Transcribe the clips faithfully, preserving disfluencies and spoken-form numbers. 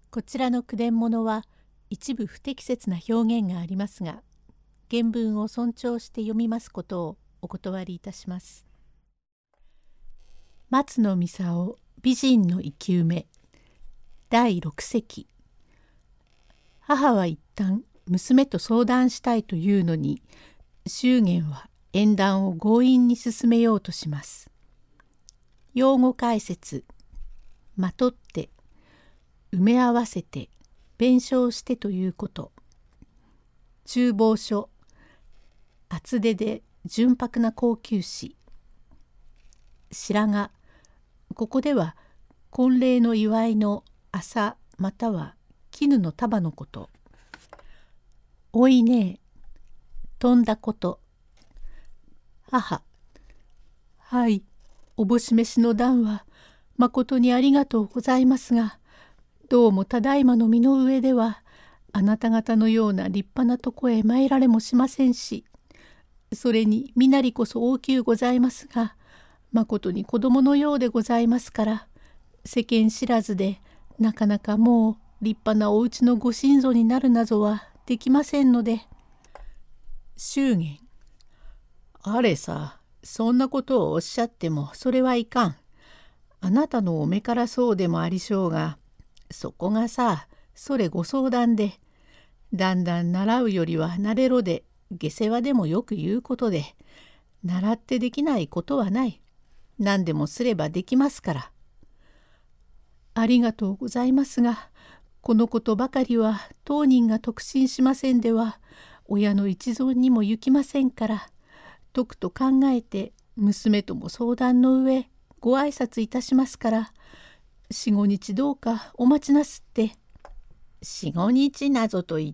こちらの句伝物は一部不適切な表現がありますが、原文を尊重して読みますことをお断りいたします。松野操美人の生き埋めだいろく席。母は一旦娘と相談したいというのに、祝言は縁談を強引に進めようとします。用語解説。まとって、埋め合わせて、弁償してということ。厨房書。厚手で純白な高級紙。白髪。ここでは婚礼の祝いの麻または絹の束のこと。おいねえ。飛んだこと。母。はい、おぼし飯の段はまことにありがとうございますが、どうもただいまの身の上ではあなた方のような立派なとこへ参られもしませんし、それに身なりこそ大きゅうございますが、まことに子供のようでございますから、世間知らずでなかなかもう立派なお家のご親祖になるなぞはできませんので。祝言。あれさ、そんなことをおっしゃってもそれはいかん。あなたのお目からそうでもありしょうが、そこがさ、それご相談で、だんだん習うよりは慣れろで、下世話でもよく言うことで、習ってできないことはない。何でもすればできますから。ありがとうございますが、このことばかりは当人が得心しませんでは、親の一存にも行きませんから、とくと考えて娘とも相談の上、ご挨拶いたしますから、四五日どうかお待ちなすって。四五日なぞと言って、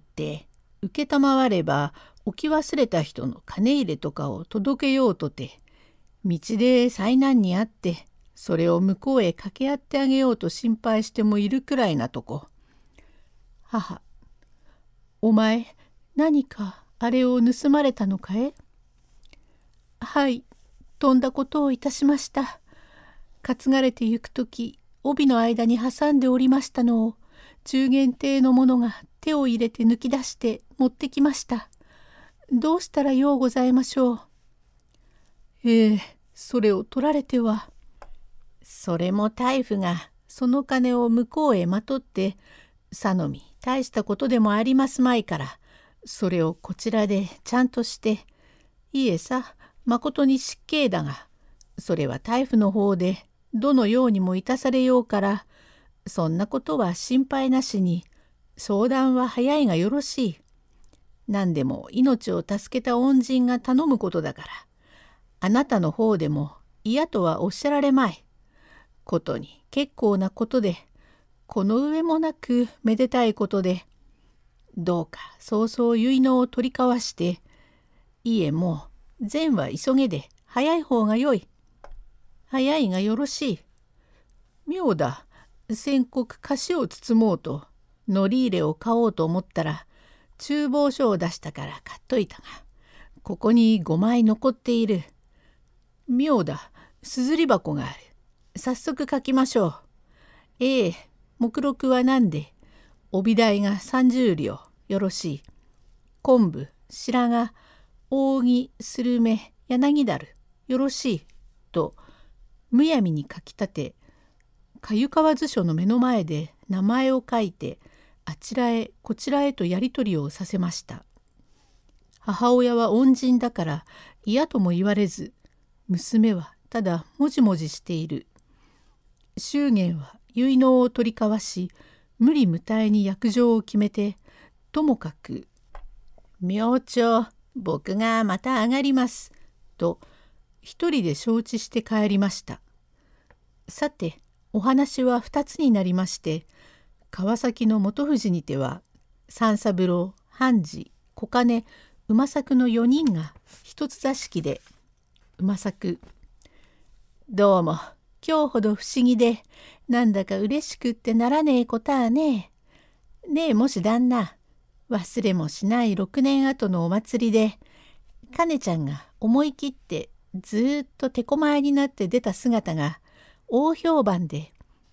承れば置き忘れた人の金入れとかを届けようとて、道で災難にあって、それを向こうへ掛け合ってあげようと心配してもいるくらいなとこ。母。お前、何かあれを盗まれたのかえ？はい、とんだことをいたしました。担がれてゆくとき、帯の間に挟んでおりましたのを、中間邸の者が手を入れて抜き出して持ってきました。どうしたらようございましょう。ええ、それを取られては。それも大夫がその金を向こうへまとって、さのみ大したことでもありますまいから、それをこちらでちゃんとして、いえさ、まことに失敬だが、それは大夫の方でどのようにもいたされようから、そんなことは心配なしに、相談は早いがよろしい。何でも命を助けた恩人が頼むことだから、あなたの方でも嫌とはおっしゃられまい。ことに結構なことで、この上もなくめでたいことで、どうかそうそう結納を取り交わして、いえもう善は急げで早い方がよい。早いがよろしい。妙だ。先刻菓子を包もうと、のり入れを買おうと思ったら、厨房書を出したから買っといたが、ここにごまい残っている。妙だ。すずり箱がある。早速書きましょう。ええ、目録は何で、帯代がさんじゅう両、よろしい。昆布、白髪、扇、スルメ、柳だる、よろしい。と、むやみに書き立て、かゆかわ図書の目の前で名前を書いて、あちらへこちらへとやり取りをさせました。母親は恩人だから嫌とも言われず、娘はただもじもじしている。祝言は結納を取り交わし、無理無体に約定を決めて、ともかく、明朝、僕がまた上がります、と一人で承知して帰りました。さて、お話は二つになりまして、川崎の元富士にては、三三郎、半次、小金、馬作のよにんが一つ座敷で、馬作、どうも今日ほど不思議で、なんだか嬉しくってならねえことはねえ。ねえもし旦那、忘れもしない六年後のお祭りで、かねちゃんが思い切ってずーっと手こまいになって出た姿が大評判で、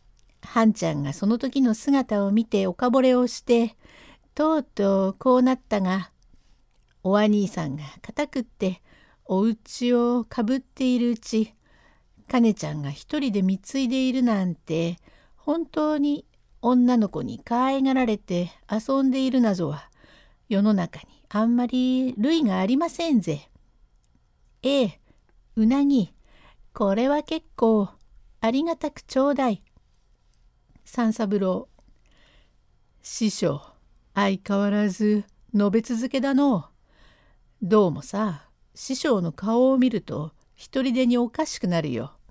半ちゃんがその時の姿を見ておかぼれをして、とうとうこうなったが、お兄さんが固くってお家をかぶっているうち、かねちゃんが一人で貢いでいるなんて、本当に女の子に可愛がられて遊んでいるなぞは、世の中にあんまり類がありませんぜ。ええ、うなぎ、これは結構ありがたくちょうだい。三三郎、師匠、相変わらず述べ続けだの。どうもさ、師匠の顔を見ると一人でにおかしくなるよ。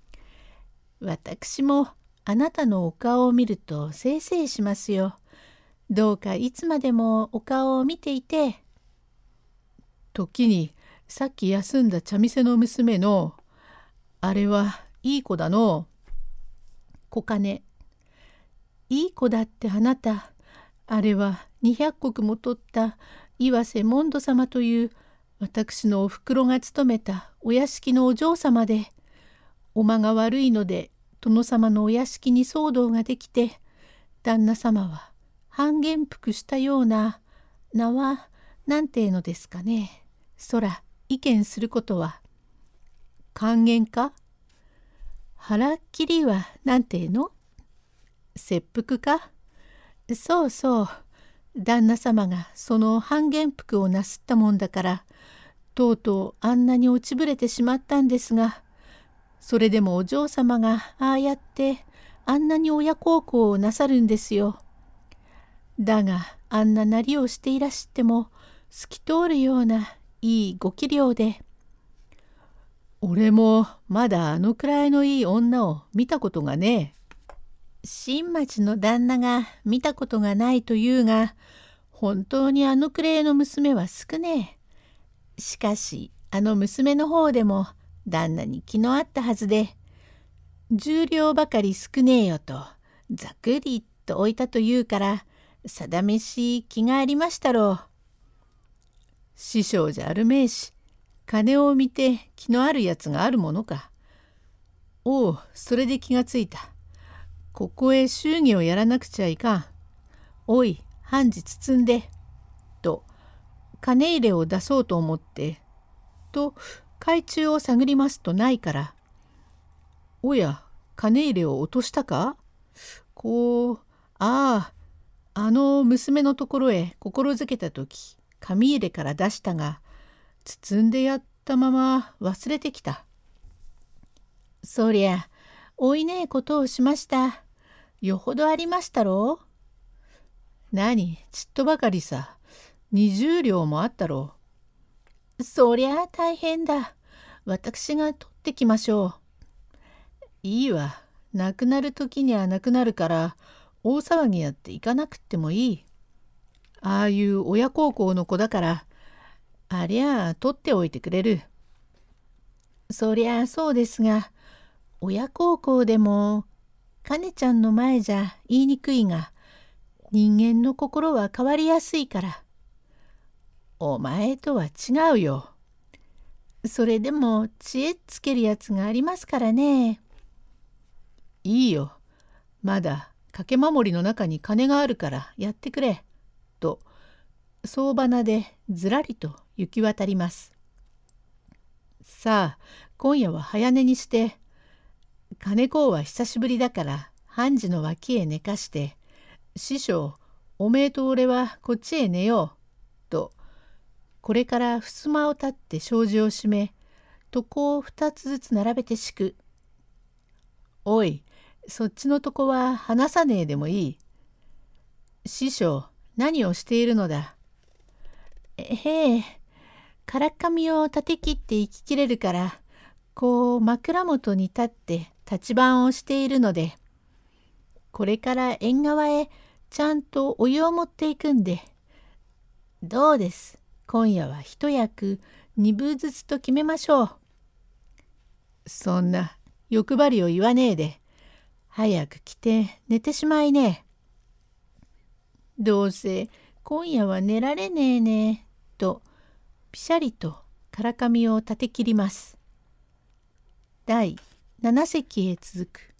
私もあなたのお顔を見るとせいせいしますよ。どうかいつまでもお顔を見ていて。時にさっき休んだ茶店の娘の、あれはいい子だの。小金。いい子だってあなた、あれは二百石も取った岩瀬モンド様という私のおふくろが勤めたお屋敷のお嬢様で、お間が悪いので殿様のお屋敷に騒動ができて、旦那様は半減服したような名はなんていうのですかね。そら意見することは。還元か？腹っきりはなんていうの？切腹か？そうそう。旦那様がその半減服をなすったもんだから、とうとうあんなに落ちぶれてしまったんですが、それでもお嬢様がああやってあんなに親孝行をなさるんですよ。だがあんななりをしていらしても透き通るようないいご器量で。俺もまだあのくらいのいい女を見たことがねえ。新町の旦那が見たことがないというが、本当にあのくれいの娘は少ねえ。しかしあの娘の方でも旦那に気のあったはずで、十両ばかり少ねえよとざくりと置いたというから、定めし気がありましたろう。師匠じゃあるめえし、金を見て気のあるやつがあるものか。おう、それで気がついた。ここへ祝儀をやらなくちゃいかん。おい、半日包んで。と、金入れを出そうと思って、と、懐中を探りますとないから。おや、金入れを落としたか？こう、ああ、あの娘のところへ心づけたとき、紙入れから出したが、包んでやったまま忘れてきた。そりゃ、おいねえことをしました。よほどありましたろう。何、ちっとばかりさ。二十両もあったろう。そりゃ大変だ。私が取ってきましょう。いいわ。亡くなる時には亡くなるから、大騒ぎやって行かなくってもいい。ああいう親孝行の子だから、ありゃあ取っておいてくれる。そりゃそうですが、親孝行でも、かねちゃんの前じゃ言いにくいが、人間の心は変わりやすいから。お前とは違うよ。それでも知恵つけるやつがありますからね。いいよ。まだ掛け守りの中に金があるからやってくれ。と、相場名でずらりと行き渡ります。さあ、今夜は早寝にして、金子は久しぶりだから半次の脇へ寝かして、師匠、おめえと俺はこっちへ寝よう。と、これから襖を立って障子を閉め、床を二つずつ並べて敷く。おい、そっちの床は離さねえでもいい。師匠、何をしているのだ。へえ、からかみを立て切って生ききれるから、こう枕元に立って立ち番をしているので、これから縁側へちゃんとお湯を持っていくんで、どうです、今夜は一役二分ずつと決めましょう。そんな欲張りを言わねえで、早く来て寝てしまいねえ。どうせ今夜は寝られねえねと、ぴしゃりとからかみを立て切ります。だいなな席へ続く。